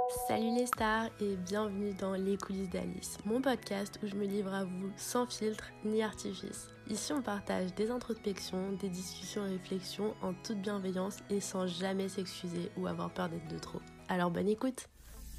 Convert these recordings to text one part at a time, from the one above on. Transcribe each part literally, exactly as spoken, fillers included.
Salut les stars et bienvenue dans Les coulisses d'Alice, mon podcast où je me livre à vous sans filtre ni artifice. Ici on partage des introspections, des discussions et réflexions en toute bienveillance et sans jamais s'excuser ou avoir peur d'être de trop. Alors bonne écoute.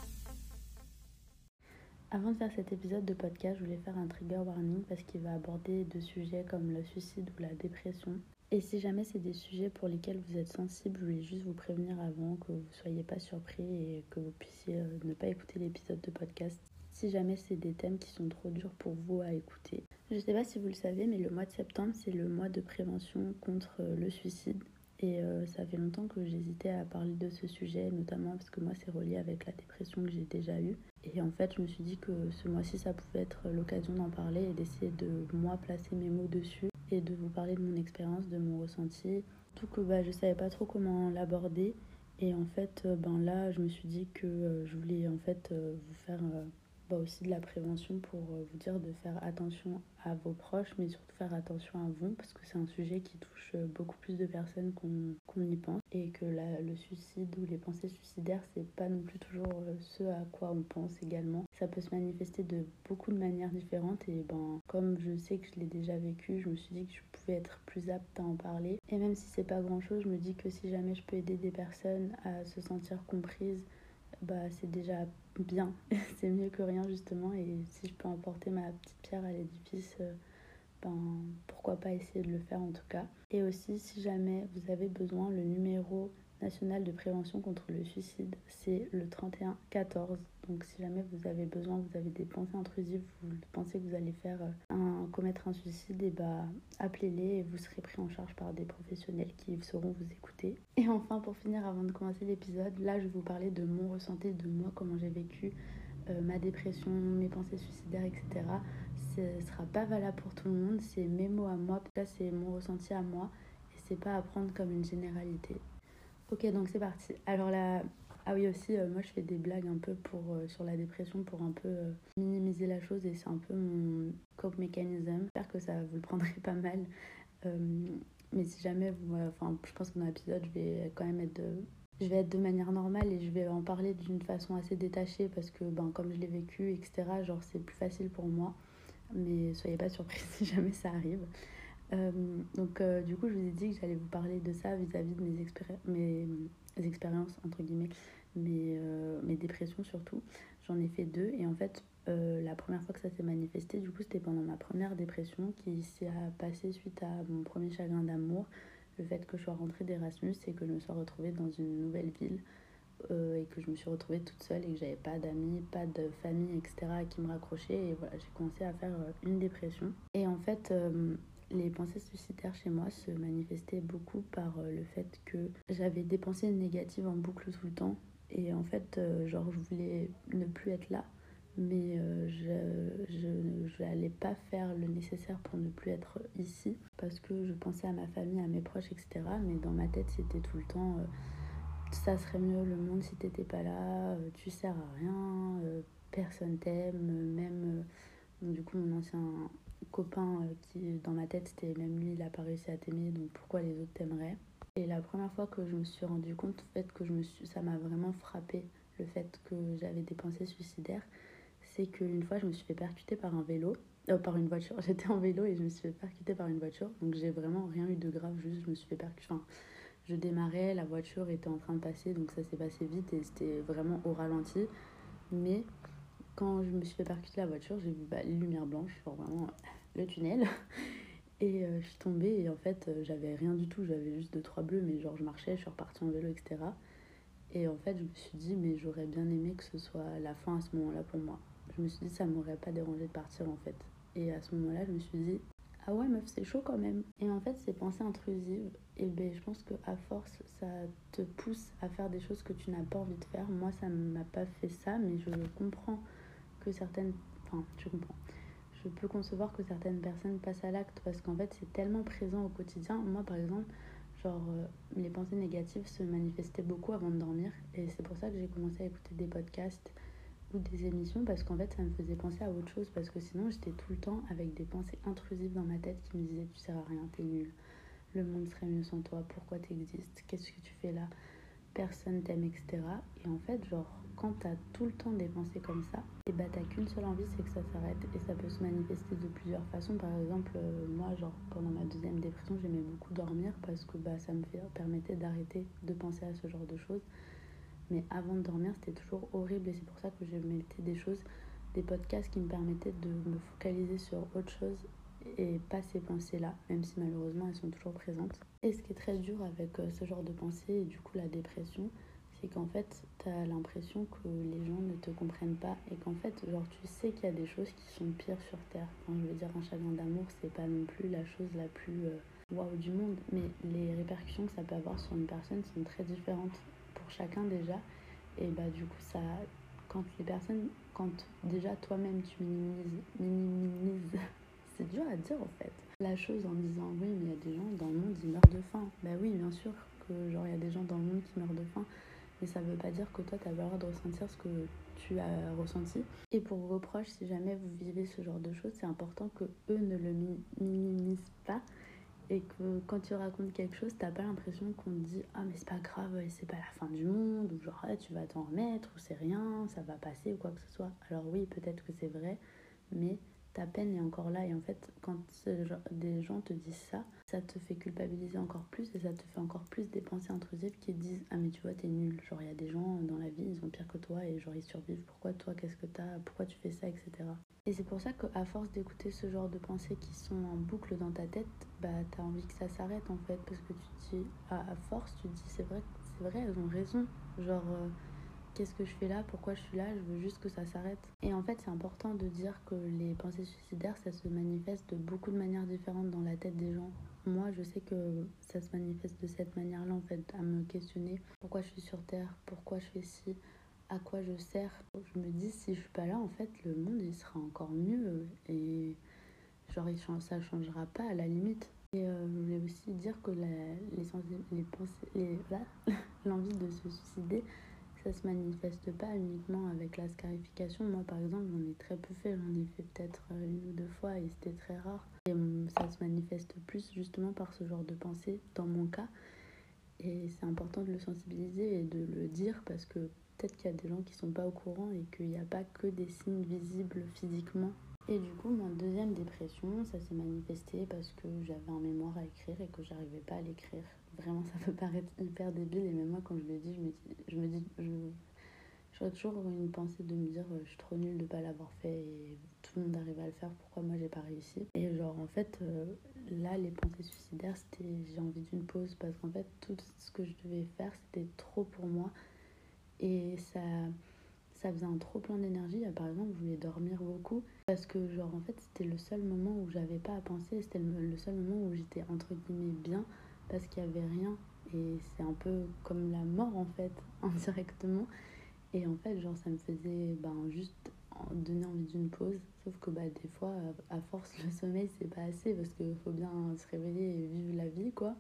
Avant de faire cet épisode de podcast, je voulais faire un trigger warning parce qu'il va aborder de sujets comme le suicide ou la dépression. Et si jamais c'est des sujets pour lesquels vous êtes sensible, je voulais juste vous prévenir avant que vous ne soyez pas surpris et que vous puissiez ne pas écouter l'épisode de podcast. Si jamais c'est des thèmes qui sont trop durs pour vous à écouter. Je ne sais pas si vous le savez, mais le mois de septembre, c'est le mois de prévention contre le suicide. Et euh, ça fait longtemps que j'hésitais à parler de ce sujet, notamment parce que moi, c'est relié avec la dépression que j'ai déjà eue. Et en fait, je me suis dit que ce mois-ci, ça pouvait être l'occasion d'en parler et d'essayer de, moi, placer mes mots dessus et de vous parler de mon expérience, de mon ressenti. Tout que bah, je ne savais pas trop comment l'aborder. Et en fait, euh, ben là, je me suis dit que euh, je voulais en fait euh, vous faire euh, bah, aussi de la prévention pour euh, vous dire de faire attention à vos proches, mais surtout faire attention à vous, parce que c'est un sujet qui touche euh, beaucoup plus de personnes qu'on qu'on y pense. Et que la, le suicide ou les pensées suicidaires, c'est pas non plus toujours euh, ce à quoi on pense également. Ça peut se manifester de beaucoup de manières différentes et ben comme je sais que je l'ai déjà vécu, je me suis dit que je pouvais être plus apte à en parler. Et même si c'est pas grand chose, je me dis que si jamais je peux aider des personnes à se sentir comprises, bah c'est déjà bien. C'est mieux que rien justement, et si je peux apporter ma petite pierre à l'édifice, euh, ben pourquoi pas essayer de le faire en tout cas. Et aussi, si jamais vous avez besoin, le numéro national de prévention contre le suicide, c'est le trente et un quatorze. Donc si jamais vous avez besoin, vous avez des pensées intrusives, vous pensez que vous allez faire un, commettre un suicide, et bah appelez-les et vous serez pris en charge par des professionnels qui sauront vous écouter. Et enfin, pour finir, avant de commencer l'épisode, là je vais vous parler de mon ressenti, de moi, comment j'ai vécu euh, ma dépression, mes pensées suicidaires, et cetera. Ce ne sera pas valable pour tout le monde, c'est mes mots à moi, là c'est mon ressenti à moi, et c'est pas à prendre comme une généralité. Ok, donc c'est parti. Alors là, ah oui aussi, euh, moi je fais des blagues un peu pour, euh, sur la dépression pour un peu euh, minimiser la chose, et c'est un peu mon cope mechanism. J'espère que ça vous le prendrez pas mal. Euh, mais si jamais, vous, euh, enfin je pense que dans l'épisode je vais quand même être de, je vais être de manière normale et je vais en parler d'une façon assez détachée parce que ben, comme je l'ai vécu, et cetera, genre c'est plus facile pour moi. Mais soyez pas surpris si jamais ça arrive. Euh, donc euh, du coup je vous ai dit que j'allais vous parler de ça vis-à-vis de mes, expéri- mes expériences entre guillemets, mes, euh, mes dépressions surtout. J'en ai fait deux, et en fait euh, la première fois que ça s'est manifesté, du coup c'était pendant ma première dépression qui s'est passée suite à mon premier chagrin d'amour, le fait que je sois rentrée d'Erasmus et que je me sois retrouvée dans une nouvelle ville, euh, et que je me suis retrouvée toute seule et que j'avais pas d'amis, pas de famille, et cetera à qui me raccrocher, et voilà, j'ai commencé à faire euh, une dépression. Et en fait euh, les pensées suicidaires chez moi se manifestaient beaucoup par euh, le fait que j'avais des pensées négatives en boucle tout le temps, et en fait euh, genre je voulais ne plus être là, mais euh, je n'allais pas faire le nécessaire pour ne plus être ici parce que je pensais à ma famille, à mes proches, et cetera. Mais dans ma tête c'était tout le temps euh, ça serait mieux le monde si t'étais pas là, euh, tu sers à rien, euh, personne t'aime, euh, même euh, du coup mon ancien copain euh, qui dans ma tête c'était même lui, il a pas réussi à t'aimer, donc pourquoi les autres t'aimeraient. Et la première fois que je me suis rendu compte en fait que je me suis, ça m'a vraiment frappé le fait que j'avais des pensées suicidaires, c'est qu'une fois je me suis fait percuter par un vélo, euh, par une voiture. J'étais en vélo et je me suis fait percuter par une voiture, donc j'ai vraiment rien eu de grave, juste je me suis fait percuter. Enfin, je démarrais, la voiture était en train de passer, donc ça s'est passé vite et c'était vraiment au ralenti. Mais quand je me suis fait percuter la voiture, j'ai vu bah, les lumières blanches, genre vraiment le tunnel. Et euh, je suis tombée et en fait, euh, j'avais rien du tout, j'avais juste deux, trois bleus, mais genre je marchais, je suis repartie en vélo, et cetera. Et en fait, je me suis dit, mais j'aurais bien aimé que ce soit la fin à ce moment-là pour moi. Je me suis dit, ça m'aurait pas dérangé de partir en fait. Et à ce moment-là, je me suis dit, ah ouais meuf, c'est chaud quand même. Et en fait, ces pensées intrusives, et ben je pense que à force ça te pousse à faire des choses que tu n'as pas envie de faire. Moi ça m'a pas fait ça, mais je comprends que certaines, enfin je comprends, je peux concevoir que certaines personnes passent à l'acte parce qu'en fait c'est tellement présent au quotidien. Moi par exemple, genre euh, les pensées négatives se manifestaient beaucoup avant de dormir, et c'est pour ça que j'ai commencé à écouter des podcasts ou des émissions, parce qu'en fait ça me faisait penser à autre chose, parce que sinon j'étais tout le temps avec des pensées intrusives dans ma tête qui me disaient tu sers à rien, t'es nul, le monde serait mieux sans toi, pourquoi t'existes, qu'est-ce que tu fais là. personne t'aime, et cetera. Et en fait, genre, quand t'as tout le temps des pensées comme ça, et bah t'as qu'une seule envie, c'est que ça s'arrête. Et ça peut se manifester de plusieurs façons. Par exemple, euh, moi, genre, pendant ma deuxième dépression, j'aimais beaucoup dormir parce que bah ça me fait, permettait d'arrêter de penser à ce genre de choses. Mais avant de dormir, c'était toujours horrible et c'est pour ça que je mettais des choses, des podcasts qui me permettaient de me focaliser sur autre chose et pas ces pensées-là, même si malheureusement elles sont toujours présentes. Et ce qui est très dur avec euh, ce genre de pensée et du coup la dépression, c'est qu'en fait, t'as l'impression que les gens ne te comprennent pas et qu'en fait, genre, tu sais qu'il y a des choses qui sont pires sur Terre. Enfin, je veux dire, un chagrin d'amour, c'est pas non plus la chose la plus euh, waouh du monde, mais les répercussions que ça peut avoir sur une personne sont très différentes pour chacun déjà. Et bah du coup, ça, quand les personnes, quand déjà toi-même tu minimises, minimises, c'est dur à dire en fait, la chose en disant oui, mais il y a des gens dans le monde, ils meurent de faim. Bah oui, bien sûr que genre il y a des gens dans le monde qui meurent de faim, mais ça veut pas dire que toi t'as pas le droit de ressentir ce que tu as ressenti. Et pour vos proches, si jamais vous vivez ce genre de choses, c'est important que eux ne le minimisent pas et que quand tu racontes quelque chose, t'as pas l'impression qu'on te dit ah mais c'est pas grave, c'est pas la fin du monde, ou genre ah, tu vas t'en remettre, ou c'est rien, ça va passer, ou quoi que ce soit. Alors oui, peut-être que c'est vrai, mais ta peine est encore là, et en fait quand genre, des gens te disent ça, ça te fait culpabiliser encore plus et ça te fait encore plus des pensées intrusives qui te disent ah mais tu vois t'es nul, genre il y a des gens dans la vie ils ont pire que toi et genre ils survivent, pourquoi toi, qu'est-ce que t'as, pourquoi tu fais ça, etc. Et c'est pour ça qu'à force d'écouter ce genre de pensées qui sont en boucle dans ta tête, bah t'as envie que ça s'arrête en fait, parce que tu te dis, à, à force, tu te dis c'est vrai, c'est vrai, elles ont raison, genre euh, qu'est-ce que je fais là, pourquoi je suis là, je veux juste que ça s'arrête. Et en fait c'est important de dire que les pensées suicidaires, ça se manifeste de beaucoup de manières différentes dans la tête des gens. Moi je sais que ça se manifeste de cette manière-là en fait, à me questionner pourquoi je suis sur Terre, pourquoi je fais ci, à quoi je sers. Je me dis si je suis pas là en fait le monde il sera encore mieux et genre il change, ça changera pas à la limite. Et euh, je voulais aussi dire que la, les, les pensées, les, l'envie de se suicider, ça se manifeste pas uniquement avec la scarification. Moi par exemple j'en ai très peu fait, j'en ai fait peut-être une ou deux fois et c'était très rare. Et euh, ça se manifeste plus justement par ce genre de pensée dans mon cas. Et c'est important de le sensibiliser et de le dire parce que peut-être qu'il y a des gens qui sont pas au courant et qu'il n'y a pas que des signes visibles physiquement. Et du coup, ma deuxième dépression, ça s'est manifesté parce que j'avais un mémoire à écrire et que j'arrivais pas à l'écrire. Vraiment, ça peut paraître hyper débile et même moi, quand je le dis, je me dis, je me dis, je, j'aurais toujours une pensée de me dire, euh, je suis trop nulle de pas l'avoir fait et tout le monde arrive à le faire, pourquoi moi j'ai pas réussi. Et genre, en fait, euh, là, les pensées suicidaires, c'était j'ai envie d'une pause parce qu'en fait, tout ce que je devais faire, c'était trop pour moi et ça. Ça faisait un trop plein d'énergie. Par exemple, je voulais dormir beaucoup parce que, genre, en fait, c'était le seul moment où j'avais pas à penser. C'était le, le seul moment où j'étais entre guillemets bien parce qu'il y avait rien. Et c'est un peu comme la mort, en fait, indirectement. Et en fait, genre, ça me faisait ben, juste donner envie d'une pause. Sauf que, bah, des fois, à force, le sommeil, c'est pas assez parce qu'il faut bien se réveiller et vivre la vie, quoi.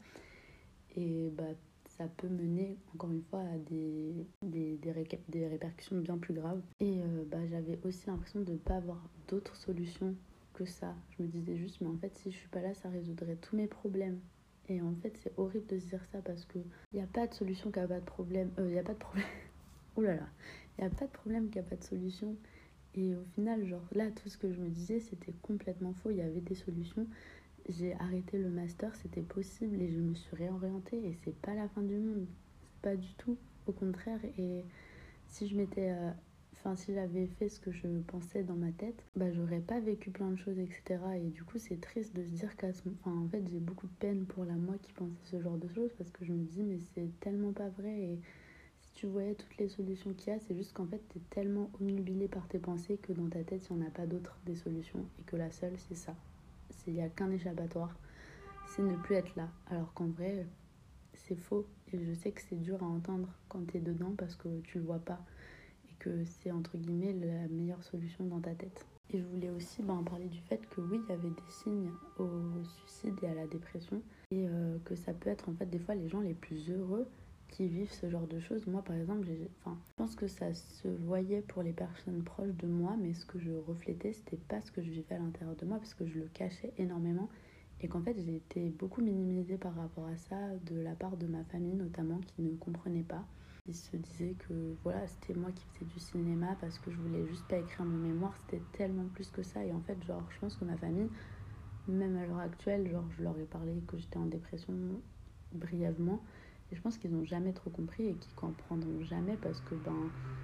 Et bah, ça peut mener encore une fois à des, des, des, ré- des répercussions bien plus graves. Et euh, bah, j'avais aussi l'impression de ne pas avoir d'autres solutions que ça. Je me disais juste, mais en fait, si je suis pas là, ça résoudrait tous mes problèmes. Et en fait, c'est horrible de se dire ça parce qu'il n'y a pas de solution qui n'a pas de problème. Il euh, n'y a pas de problème. Ouh là là. Il n'y a pas de problème qui n'a pas de solution. Et au final, genre là, tout ce que je me disais, c'était complètement faux. Il y avait des solutions. J'ai arrêté le master, c'était possible et je me suis réorientée et c'est pas la fin du monde, c'est pas du tout, au contraire. Et si je m'étais, euh, enfin si j'avais fait ce que je pensais dans ma tête, bah j'aurais pas vécu plein de choses, et cetera. Et du coup c'est triste de se dire qu'à ce, enfin en fait j'ai beaucoup de peine pour la moi qui pensait ce genre de choses parce que je me dis mais c'est tellement pas vrai et si tu voyais toutes les solutions qu'il y a, c'est juste qu'en fait t'es tellement omnubilé par tes pensées que dans ta tête il n'y en a pas d'autres des solutions et que la seule c'est ça. Il n'y a qu'un échappatoire, c'est ne plus être là. Alors qu'en vrai, c'est faux. Et je sais que c'est dur à entendre quand t'es dedans parce que tu le vois pas. Et que c'est entre guillemets la meilleure solution dans ta tête. Et je voulais aussi ben, parler du fait que oui, il y avait des signes au suicide et à la dépression. Et euh, que ça peut être en fait des fois les gens les plus heureux qui vivent ce genre de choses. Moi par exemple, j'ai, enfin, je pense que ça se voyait pour les personnes proches de moi, mais ce que je reflétais, c'était pas ce que je vivais à l'intérieur de moi parce que je le cachais énormément et qu'en fait j'ai été beaucoup minimisée par rapport à ça de la part de ma famille notamment qui ne comprenait pas. il se disait que voilà, c'était moi qui faisais du cinéma parce que je voulais juste pas écrire mon mémoire. C'était tellement plus que ça. Et en fait, genre, je pense que ma famille, même à l'heure actuelle, genre, je leur ai parlé que j'étais en dépression brièvement. Et je pense qu'ils n'ont jamais trop compris et qu'ils comprendront jamais parce que, ben,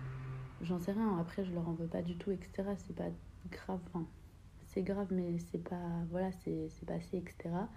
j'en sais rien. Après, je leur en veux pas du tout, et cetera. C'est pas grave. Enfin, c'est grave, mais c'est pas. Voilà, c'est, c'est passé, et cetera.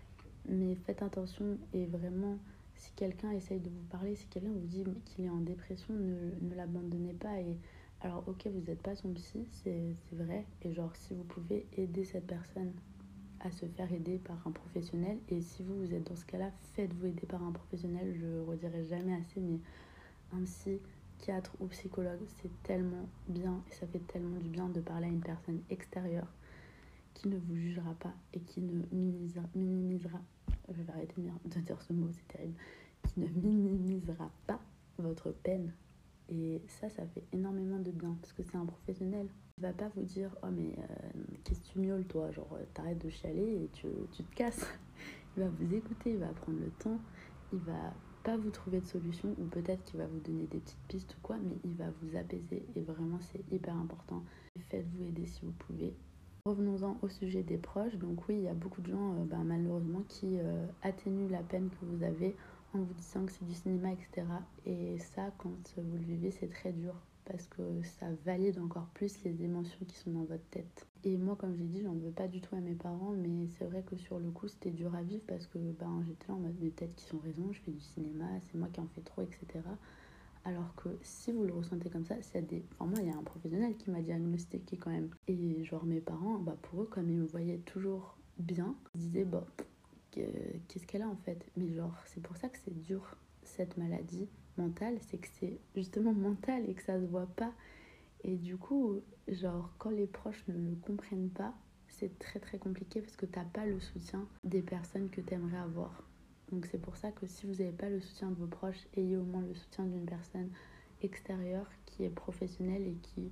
Mais faites attention et vraiment, si quelqu'un essaye de vous parler, si quelqu'un vous dit qu'il est en dépression, ne, ne l'abandonnez pas. Et alors, ok, vous n'êtes pas son psy, c'est, c'est vrai. Et genre, si vous pouvez aider cette personne à se faire aider par un professionnel, et si vous, vous êtes dans ce cas-là, faites-vous aider par un professionnel. Je redirai jamais assez, mais un psychiatre ou psychologue, c'est tellement bien et ça fait tellement du bien de parler à une personne extérieure qui ne vous jugera pas et qui ne minimisera, minimisera je vais arrêter de dire, de dire ce mot, c'est terrible, qui ne minimisera pas votre peine. Et ça, ça fait énormément de bien parce que c'est un professionnel. Il va pas vous dire oh mais euh, qu'est-ce que tu miaules toi, genre t'arrêtes de chialer et tu, tu te casses. Il va vous écouter, il va prendre le temps, il va pas vous trouver de solution ou peut-être qu'il va vous donner des petites pistes ou quoi, mais il va vous apaiser et vraiment c'est hyper important. Faites-vous aider si vous pouvez. Revenons-en au sujet des proches. Donc oui, il y a beaucoup de gens euh, bah, malheureusement qui euh, atténuent la peine que vous avez en vous disant que c'est du cinéma, et cetera. Et ça, quand vous le vivez, c'est très dur parce que ça valide encore plus les émotions qui sont dans votre tête. Et moi, comme j'ai dit, j'en veux pas du tout à mes parents, mais c'est vrai que sur le coup, c'était dur à vivre parce que ben, j'étais là en mode, mais peut-être qu'ils ont raison, je fais du cinéma, c'est moi qui en fais trop, et cetera. Alors que si vous le ressentez comme ça, c'est des... Enfin, moi, il y a un professionnel qui m'a diagnostiqué quand même. Et genre, mes parents, bah, pour eux, comme ils me voyaient toujours bien, ils disaient, bah, qu'est-ce qu'elle a en fait? Mais genre, c'est pour ça que c'est dur, cette maladie mentale, c'est que c'est justement mental et que ça se voit pas. Et du coup, genre, quand les proches ne le comprennent pas, c'est très très compliqué parce que t'as pas le soutien des personnes que t'aimerais avoir. Donc c'est pour ça que si vous n'avez pas le soutien de vos proches, ayez au moins le soutien d'une personne extérieure qui est professionnelle et qui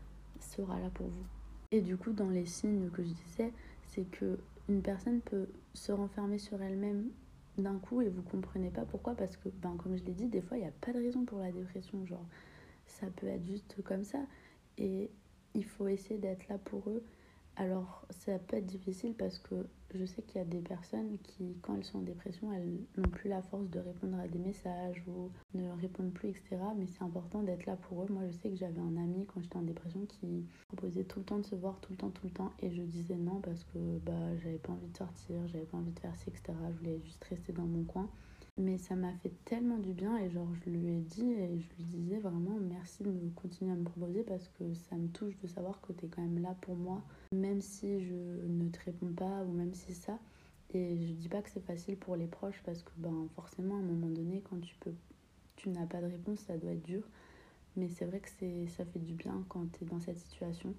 sera là pour vous. Et du coup, dans les signes que je disais, c'est que une personne peut se renfermer sur elle-même d'un coup et vous comprenez pas pourquoi, parce que, ben, comme je l'ai dit, des fois, il n'y a pas de raison pour la dépression. Genre, ça peut être juste comme ça. Et il faut essayer d'être là pour eux. Alors, ça peut être difficile parce que je sais qu'il y a des personnes qui, quand elles sont en dépression, elles n'ont plus la force de répondre à des messages ou ne répondent plus, et cetera. Mais c'est important d'être là pour eux. Moi, je sais que j'avais un ami quand j'étais en dépression qui proposait tout le temps de se voir, tout le temps, tout le temps. Et je disais non parce que bah, j'avais pas envie de sortir, j'avais pas envie de faire ci, et cetera. Je voulais juste rester dans mon coin. Mais ça m'a fait tellement du bien et genre je lui ai dit et je lui disais vraiment merci de me continuer à me proposer parce que ça me touche de savoir que tu es quand même là pour moi, même si je ne te réponds pas ou même si ça. Et je dis pas que c'est facile pour les proches parce que ben forcément à un moment donné quand tu peux tu n'as pas de réponse ça doit être dur. Mais c'est vrai que c'est ça fait du bien quand tu es dans cette situation.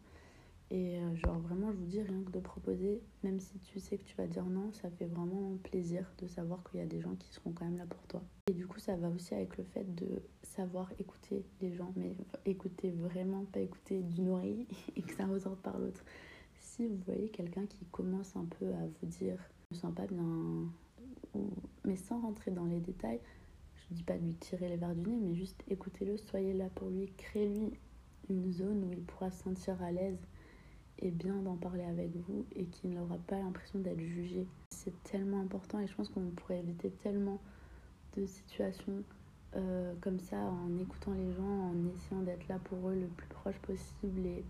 Et euh, genre vraiment, je vous dis, rien que de proposer, même si tu sais que tu vas dire non, ça fait vraiment plaisir de savoir qu'il y a des gens qui seront quand même là pour toi. Et du coup, ça va aussi avec le fait de savoir écouter les gens, mais écouter vraiment, pas écouter d'une oreille et que ça ressorte par l'autre. Si vous voyez quelqu'un qui commence un peu à vous dire « je me sens pas bien », ou... mais sans rentrer dans les détails, je dis pas de lui tirer les verres du nez, mais juste écoutez-le, soyez là pour lui, créez-lui une zone où il pourra se sentir à l'aise et bien d'en parler avec vous et qu'il n'aura pas l'impression d'être jugé. C'est tellement important et je pense qu'on pourrait éviter tellement de situations euh, comme ça en écoutant les gens, en essayant d'être là pour eux le plus proche possible et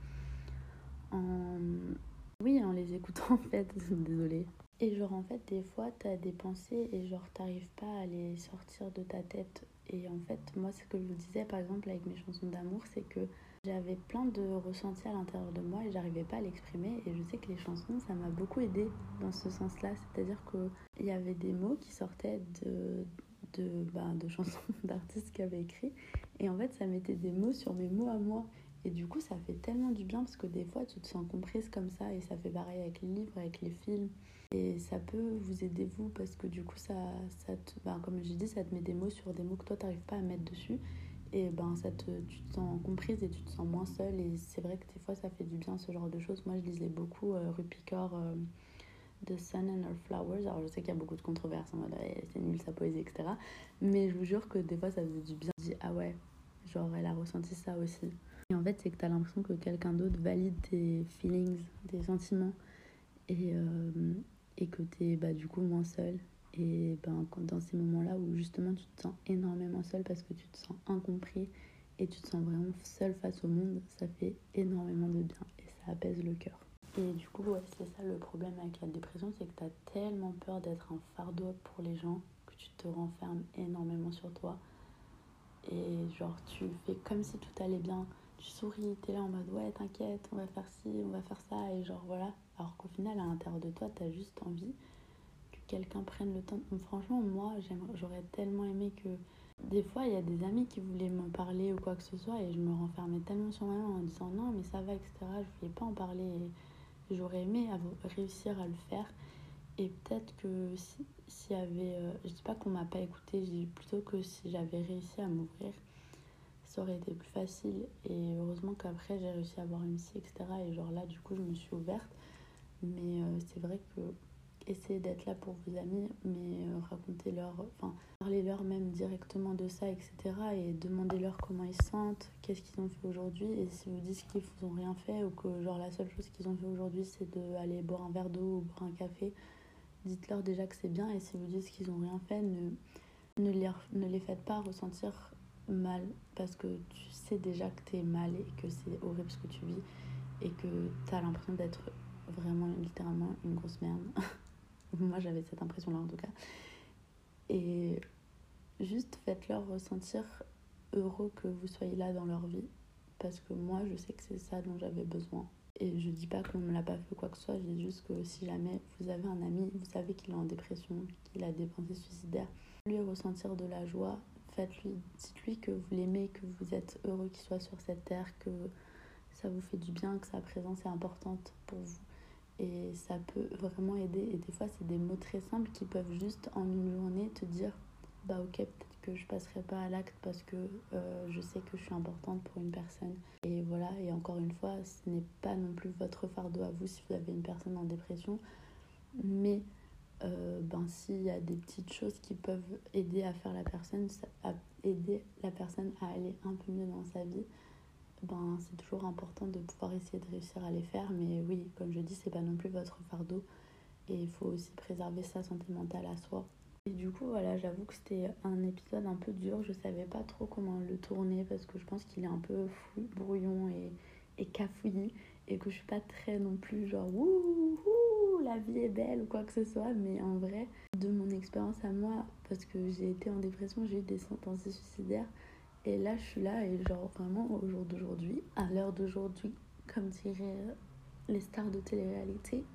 en... Oui, en les écoutant en fait, désolée. Et genre en fait des fois t'as des pensées et genre t'arrives pas à les sortir de ta tête. Et en fait moi ce que je vous disais par exemple avec mes chansons d'amour c'est que j'avais plein de ressentis à l'intérieur de moi et j'arrivais pas à l'exprimer et je sais que les chansons ça m'a beaucoup aidée dans ce sens là, c'est-à-dire qu'il y avait des mots qui sortaient de, de, bah, de chansons d'artistes qui avaient écrit et en fait ça mettait des mots sur mes mots à moi. Et du coup, ça fait tellement du bien parce que des fois, tu te sens comprise comme ça et ça fait pareil avec les livres, avec les films. Et ça peut vous aider, vous, parce que du coup, ça, ça te, ben, comme j'ai dit, ça te met des mots sur des mots que toi, tu n'arrives pas à mettre dessus. Et ben, ça te, tu te sens comprise et tu te sens moins seule. Et c'est vrai que des fois, ça fait du bien, ce genre de choses. Moi, je lisais beaucoup euh, Rupicor, euh, The Sun and Her Flowers. Alors je sais qu'il y a beaucoup de controverses en mode eh, c'est nul sa poésie, et cetera. Mais je vous jure que des fois ça faisait du bien. Je dis ah ouais, genre elle a ressenti ça aussi. Et en fait c'est que t'as l'impression que quelqu'un d'autre valide tes feelings, tes sentiments. Et, euh, et que t'es bah, du coup moins seule. Et ben, quand, dans ces moments-là où justement tu te sens énormément seule parce que tu te sens incompris et tu te sens vraiment seule face au monde, ça fait énormément de bien et ça apaise le cœur. Et du coup, ouais, c'est ça le problème avec la dépression, c'est que tu as tellement peur d'être un fardeau pour les gens que tu te renfermes énormément sur toi. Et genre, tu fais comme si tout allait bien. Tu souris, t'es là en mode ouais, t'inquiète, on va faire ci, on va faire ça. Et genre, voilà. Alors qu'au final, à l'intérieur de toi, t'as juste envie que quelqu'un prenne le temps. Donc, franchement, moi, j'aurais tellement aimé que. Des fois, il y a des amis qui voulaient me parler ou quoi que ce soit. Et je me renfermais tellement sur moi-même en disant non, mais ça va, et cetera. Je voulais pas en parler. Et j'aurais aimé réussir à le faire. Et peut-être que si, s'il y avait. Euh, je dis pas qu'on m'a pas écouté, je dis plutôt que si j'avais réussi à m'ouvrir, ça aurait été plus facile. Et heureusement qu'après, j'ai réussi à avoir une psy, et cetera. Et genre là, du coup, je me suis ouverte. Mais euh, c'est vrai que essayez d'être là pour vos amis, mais euh, racontez-leur, enfin, parlez-leur même directement de ça, et cetera. Et demandez-leur comment ils se sentent, qu'est-ce qu'ils ont fait aujourd'hui. Et si vous dites qu'ils n'ont rien fait ou que genre la seule chose qu'ils ont fait aujourd'hui, c'est d'aller boire un verre d'eau ou boire un café, dites-leur déjà que c'est bien. Et si vous dites qu'ils n'ont rien fait, ne, ne, les, ne les faites pas ressentir mal parce que tu sais déjà que t'es mal et que c'est horrible ce que tu vis et que t'as l'impression d'être vraiment littéralement une grosse merde. Moi j'avais cette impression là en tout cas. Et juste faites-leur ressentir heureux que vous soyez là dans leur vie parce que moi je sais que c'est ça dont j'avais besoin. Et je dis pas qu'on ne me l'a pas fait quoi que ce soit, je dis juste que si jamais vous avez un ami, vous savez qu'il est en dépression, qu'il a des pensées suicidaires, lui ressentir de la joie, faites-lui, dites-lui que vous l'aimez, que vous êtes heureux qu'il soit sur cette terre, que ça vous fait du bien, que sa présence est importante pour vous. Et ça peut vraiment aider. Et des fois, c'est des mots très simples qui peuvent juste en une journée te dire bah ok, peut-être que je passerai pas à l'acte parce que euh, je sais que je suis importante pour une personne. Et voilà, et encore une fois, ce n'est pas non plus votre fardeau à vous si vous avez une personne en dépression. Mais euh, ben, s'il y a des petites choses qui peuvent aider à faire la personne, à aider la personne à aller un peu mieux dans sa vie, ben, c'est toujours important de pouvoir essayer de réussir à les faire. Mais oui, comme je dis, c'est pas non plus votre fardeau. Et il faut aussi préserver sa santé mentale à soi. Et du coup, voilà, j'avoue que c'était un épisode un peu dur. Je savais pas trop comment le tourner parce que je pense qu'il est un peu fou, brouillon et, et cafouillis. Et que je suis pas très non plus genre wouh, wouh, la vie est belle ou quoi que ce soit. Mais en vrai, de mon expérience à moi, parce que j'ai été en dépression, j'ai eu des pensées suicidaires. Et là, je suis là et genre vraiment au jour d'aujourd'hui, à l'heure d'aujourd'hui, comme diraient les stars de télé-réalité,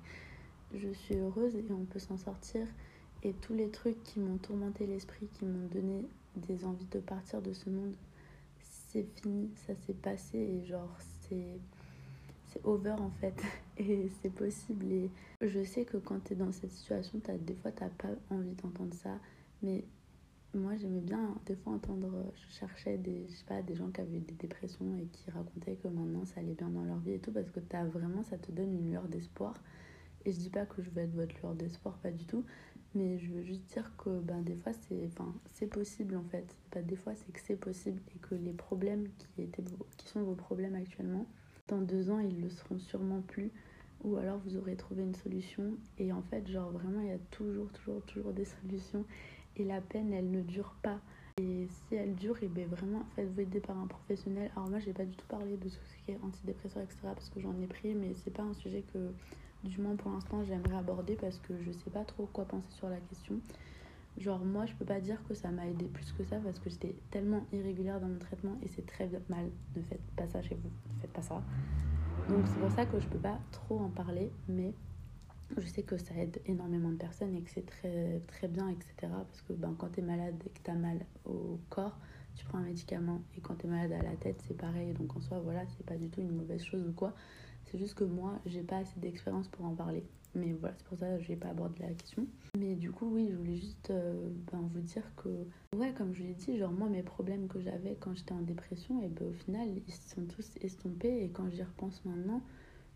je suis heureuse et on peut s'en sortir. Et tous les trucs qui m'ont tourmenté l'esprit, qui m'ont donné des envies de partir de ce monde, c'est fini, ça s'est passé et genre c'est, c'est over en fait. Et c'est possible. Et je sais que quand t'es dans cette situation, t'as, des fois t'as pas envie d'entendre ça, mais moi j'aimais bien des fois entendre, je cherchais des, je sais pas, des gens qui avaient des dépressions et qui racontaient que maintenant ça allait bien dans leur vie et tout, parce que t'as vraiment, ça te donne une lueur d'espoir. Et je dis pas que je veux être votre lueur d'espoir, pas du tout, mais je veux juste dire que ben, des fois c'est, enfin, c'est possible en fait. Pas des fois, c'est que c'est possible et que les problèmes qui, étaient, qui sont vos problèmes actuellement, dans deux ans ils le seront sûrement plus, ou alors vous aurez trouvé une solution. Et en fait, genre vraiment, il y a toujours, toujours, toujours des solutions. Et la peine, elle ne dure pas. Et si elle dure, et bien vraiment, faites-vous aider par un professionnel. Alors moi, j'ai pas du tout parlé de tout ce qui est antidépresseur, et cetera, parce que j'en ai pris, mais c'est pas un sujet que, du moins pour l'instant, j'aimerais aborder parce que je sais pas trop quoi penser sur la question. Genre moi, je peux pas dire que ça m'a aidé plus que ça parce que j'étais tellement irrégulière dans mon traitement et c'est très mal. Ne faites pas ça chez vous, ne faites pas ça. Donc c'est pour ça que je peux pas trop en parler, mais je sais que ça aide énormément de personnes et que c'est très, très bien, et cetera. Parce que ben, quand t'es malade et que t'as mal au corps, tu prends un médicament. Et quand t'es malade à la tête, c'est pareil. Donc en soi, voilà, c'est pas du tout une mauvaise chose ou quoi. C'est juste que moi, j'ai pas assez d'expérience pour en parler. Mais voilà, c'est pour ça que j'ai pas abordé la question. Mais du coup, oui, je voulais juste euh, ben, vous dire que, ouais, comme je l'ai dit, genre moi, mes problèmes que j'avais quand j'étais en dépression, et ben, au final, ils se sont tous estompés. Et quand j'y repense maintenant,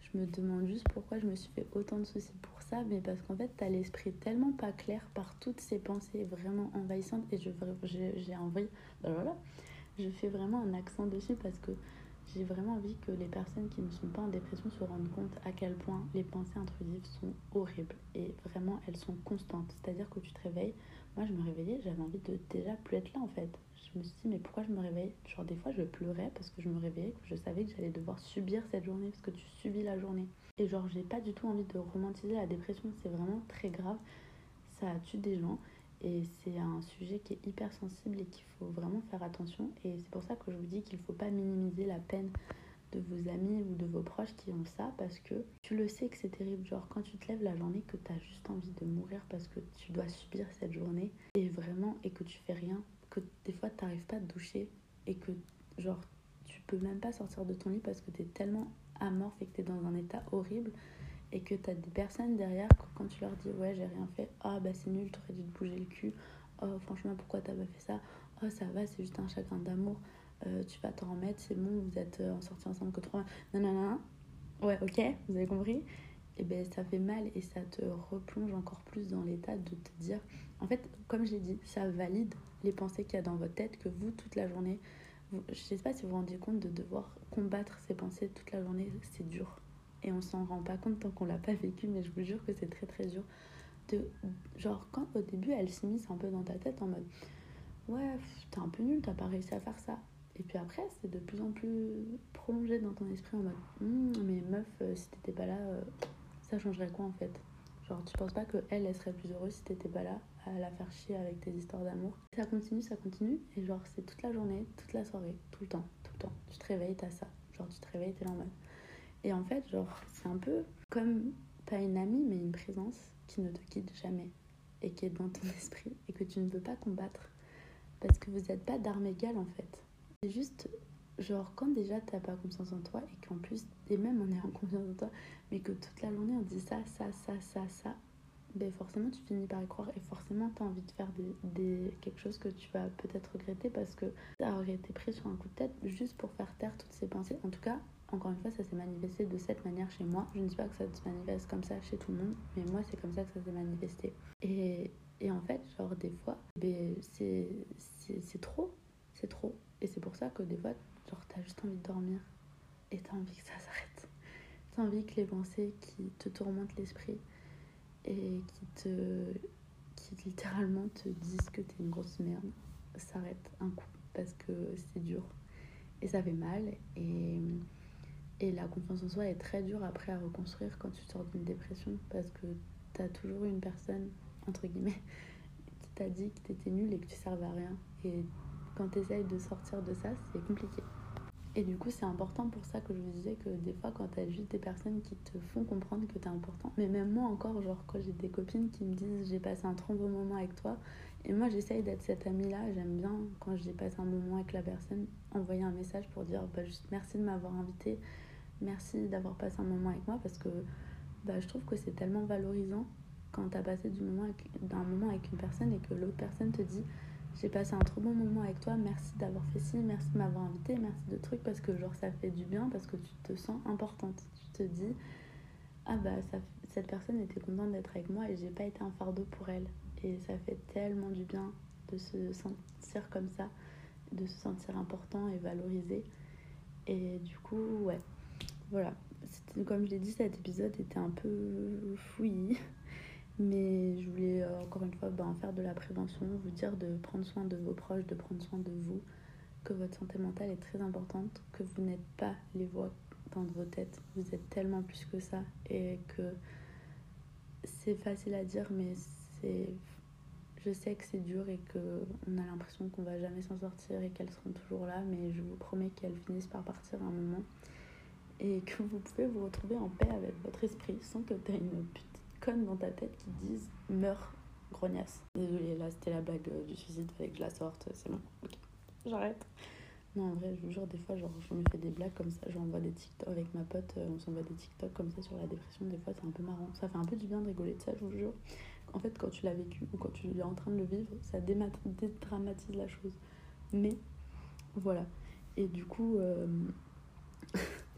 je me demande juste pourquoi je me suis fait autant de soucis pour ça, mais parce qu'en fait, t'as l'esprit tellement pas clair par toutes ces pensées vraiment envahissantes, et je, j'ai, j'ai envie, ben voilà, je fais vraiment un accent dessus parce que j'ai vraiment envie que les personnes qui ne sont pas en dépression se rendent compte à quel point les pensées intrusives sont horribles, et vraiment elles sont constantes. C'est-à-dire que tu te réveilles, moi je me réveillais, j'avais envie de déjà plus être là en fait. Je me suis dit mais pourquoi je me réveille? Genre des fois je pleurais parce que je me réveillais, que je savais que j'allais devoir subir cette journée, parce que tu subis la journée. Et genre j'ai pas du tout envie de romantiser la dépression, c'est vraiment très grave, ça tue des gens. Et c'est un sujet qui est hyper sensible et qu'il faut vraiment faire attention. Et c'est pour ça que je vous dis qu'il ne faut pas minimiser la peine de vos amis ou de vos proches qui ont ça, parce que tu le sais que c'est terrible. Genre quand tu te lèves la journée, que tu as juste envie de mourir parce que tu dois subir cette journée, et vraiment, et que tu fais rien, que des fois tu n'arrives pas à te doucher, et que genre tu peux même pas sortir de ton lit parce que tu es tellement amorphe et que tu es dans un état horrible, et que tu as des personnes derrière, quand tu leur dis ouais j'ai rien fait, ah bah c'est nul, t'aurais dû te bouger le cul, oh franchement pourquoi t'as pas fait ça, oh ça va c'est juste un chagrin d'amour, euh, tu vas t'en remettre, c'est bon, vous êtes euh, sortis ensemble que trois mois, non non non, ouais ok, vous avez compris. Et ben ça fait mal et ça te replonge encore plus dans l'état de te dire, en fait comme je l'ai dit, ça valide les pensées qu'il y a dans votre tête, que vous toute la journée, vous, je sais pas si vous vous rendez compte de devoir combattre ces pensées toute la journée, c'est dur. Et on s'en rend pas compte tant qu'on l'a pas vécu, mais je vous jure que c'est très très dur. De, genre, quand au début elle s'immisce un peu dans ta tête en mode ouais, t'es un peu nul, t'as pas réussi à faire ça. Et puis après, c'est de plus en plus prolongé dans ton esprit en mode hm, mais meuf, euh, si t'étais pas là, euh, ça changerait quoi en fait? Genre, tu penses pas que elle, elle serait plus heureuse si t'étais pas là à la faire chier avec tes histoires d'amour? Ça continue, ça continue, et genre, c'est toute la journée, toute la soirée, tout le temps, tout le temps. Tu te réveilles, t'as ça. Genre, tu te réveilles, t'es là en mode. Et en fait, genre, c'est un peu comme, pas une amie, mais une présence qui ne te quitte jamais et qui est dans ton esprit et que tu ne peux pas combattre parce que vous n'êtes pas d'armes égales en fait. C'est juste, genre, quand déjà t'as pas confiance en toi et qu'en plus, et même on est en confiance en toi, mais que toute la journée on dit ça, ça, ça, ça, ça, ben forcément tu finis par y croire et forcément t'as envie de faire des, des, quelque chose que tu vas peut-être regretter parce que ça aurait été pris sur un coup de tête juste pour faire taire toutes ces pensées. En tout cas, encore une fois, ça s'est manifesté de cette manière chez moi. Je ne dis pas que ça se manifeste comme ça chez tout le monde, mais moi c'est comme ça que ça s'est manifesté. Et, et en fait, genre des fois, ben, c'est, c'est, c'est trop, c'est trop. Et c'est pour ça que des fois, genre t'as juste envie de dormir et t'as envie que ça s'arrête. T'as envie que les pensées qui te tourmentent l'esprit et qui te qui littéralement te disent que t'es une grosse merde s'arrête un coup parce que c'est dur et ça fait mal, et, et la confiance en soi est très dure après à reconstruire quand tu sors d'une dépression parce que t'as toujours une personne entre guillemets qui t'a dit que t'étais nulle et que tu servais à rien, et quand t'essayes de sortir de ça c'est compliqué. Et du coup, c'est important pour ça que je vous disais que des fois, quand t'as juste des personnes qui te font comprendre que t'es important, mais même moi encore, genre quand j'ai des copines qui me disent j'ai passé un trop bon moment avec toi, et moi j'essaye d'être cette amie-là, j'aime bien quand j'ai passé un moment avec la personne, envoyer un message pour dire bah, juste merci de m'avoir invité, merci d'avoir passé un moment avec moi, parce que bah, je trouve que c'est tellement valorisant quand t'as passé du moment avec, d'un moment avec une personne et que l'autre personne te dit j'ai passé un trop bon moment avec toi, merci d'avoir fait ci, merci de m'avoir invité, merci de trucs, parce que genre ça fait du bien, parce que tu te sens importante. Tu te dis ah bah ça, cette personne était contente d'être avec moi et j'ai pas été un fardeau pour elle. Et ça fait tellement du bien de se sentir comme ça, de se sentir important et valorisé. Et du coup ouais, voilà. C'était, comme je l'ai dit, cet épisode était un peu fouillis. Mais je voulais euh, encore une fois ben, faire de la prévention, vous dire de prendre soin de vos proches, de prendre soin de vous, que votre santé mentale est très importante, que vous n'êtes pas les voix dans vos têtes, vous êtes tellement plus que ça, et que c'est facile à dire, mais c'est, je sais que c'est dur et qu'on a l'impression qu'on va jamais s'en sortir et qu'elles seront toujours là, mais je vous promets qu'elles finissent par partir à un moment et que vous pouvez vous retrouver en paix avec votre esprit sans que tu aies une petite conne dans ta tête qui dise meurs, grognasse. Désolée, là c'était la blague euh, du suicide, fallait que je la sorte, c'est bon, ok, j'arrête. Non, en vrai, je vous jure, des fois, genre, je me fais des blagues comme ça, j'envoie des TikTok avec ma pote, euh, on s'envoie des TikTok comme ça sur la dépression, des fois c'est un peu marrant, ça fait un peu du bien de rigoler de ça, je vous jure. En fait, quand tu l'as vécu ou quand tu es en train de le vivre, ça dédramatise la chose. Mais voilà. Et du coup, euh...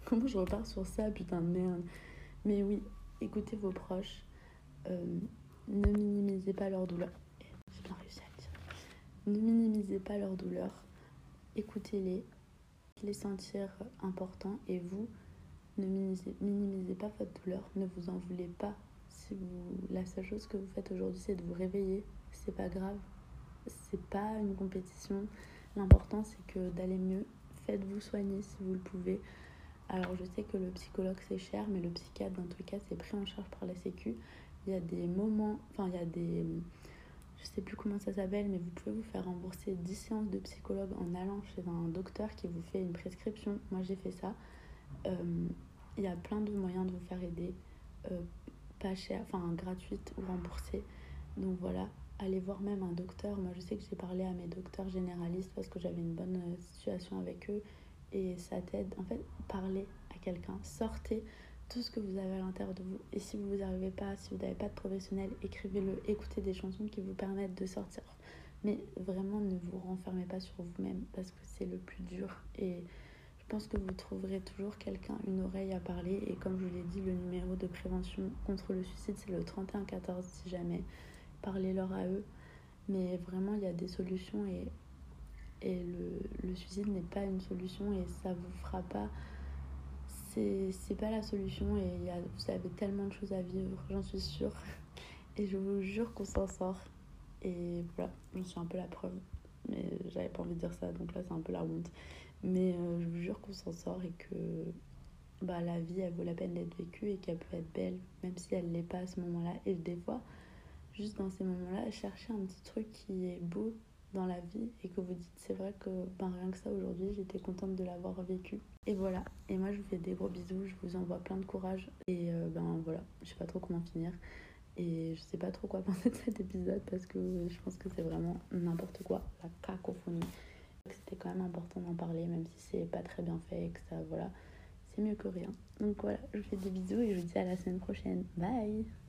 Comment je repars sur ça, putain de merde. Mais oui, écoutez vos proches. Euh, ne minimisez pas leur douleur. J'ai bien réussi à le dire. Ne minimisez pas leur douleur. Écoutez-les, les sentir importants, et vous, ne minimisez, minimisez pas votre douleur. Ne vous en voulez pas. Si vous, la seule chose que vous faites aujourd'hui, c'est de vous réveiller. C'est pas grave. C'est pas une compétition. L'important, c'est que d'aller mieux. Faites-vous soigner si vous le pouvez. Alors, je sais que le psychologue, c'est cher, mais le psychiatre, dans tous les cas, c'est pris en charge par la Sécu. Il y a des moments, enfin, il y a des... Je sais plus comment ça s'appelle, mais vous pouvez vous faire rembourser dix séances de psychologue en allant chez un docteur qui vous fait une prescription. Moi, j'ai fait ça. Euh, Il y a plein de moyens de vous faire aider. Euh, pas cher, enfin, gratuite ou remboursée. Donc voilà, allez voir même un docteur. Moi, je sais que j'ai parlé à mes docteurs généralistes parce que j'avais une bonne euh, situation avec eux. Et ça t'aide. En fait, parlez à quelqu'un. Sortez tout ce que vous avez à l'intérieur de vous. Et si vous n'y arrivez pas, si vous n'avez pas de professionnel, écrivez-le. Écoutez des chansons qui vous permettent de sortir. Mais vraiment, ne vous renfermez pas sur vous-même parce que c'est le plus dur. Et je pense que vous trouverez toujours quelqu'un, une oreille à parler. Et comme je vous l'ai dit, le numéro de prévention contre le suicide, c'est le trente et un quatorze si jamais. Parlez-leur à eux. Mais vraiment, il y a des solutions et, et le, le suicide n'est pas une solution et ça vous fera pas... C'est, c'est pas la solution et y a, vous avez tellement de choses à vivre, j'en suis sûre. Et je vous jure qu'on s'en sort. Et voilà, j'en suis un peu la preuve. Mais j'avais pas envie de dire ça, donc là c'est un peu la honte. Mais euh, je vous jure qu'on s'en sort et que bah, la vie, elle vaut la peine d'être vécue et qu'elle peut être belle, même si elle l'est pas à ce moment-là. Et des fois, juste dans ces moments-là, chercher un petit truc qui est beau dans la vie et que vous dites c'est vrai que ben, rien que ça aujourd'hui j'étais contente de l'avoir vécu. Et voilà, et moi je vous fais des gros bisous, je vous envoie plein de courage et euh, ben voilà, je sais pas trop comment finir et je sais pas trop quoi penser de cet épisode parce que je pense que c'est vraiment n'importe quoi, la cacophonie. C'était quand même important d'en parler même si c'est pas très bien fait et que ça voilà, c'est mieux que rien. Donc voilà, je vous fais des bisous et je vous dis à la semaine prochaine. Bye.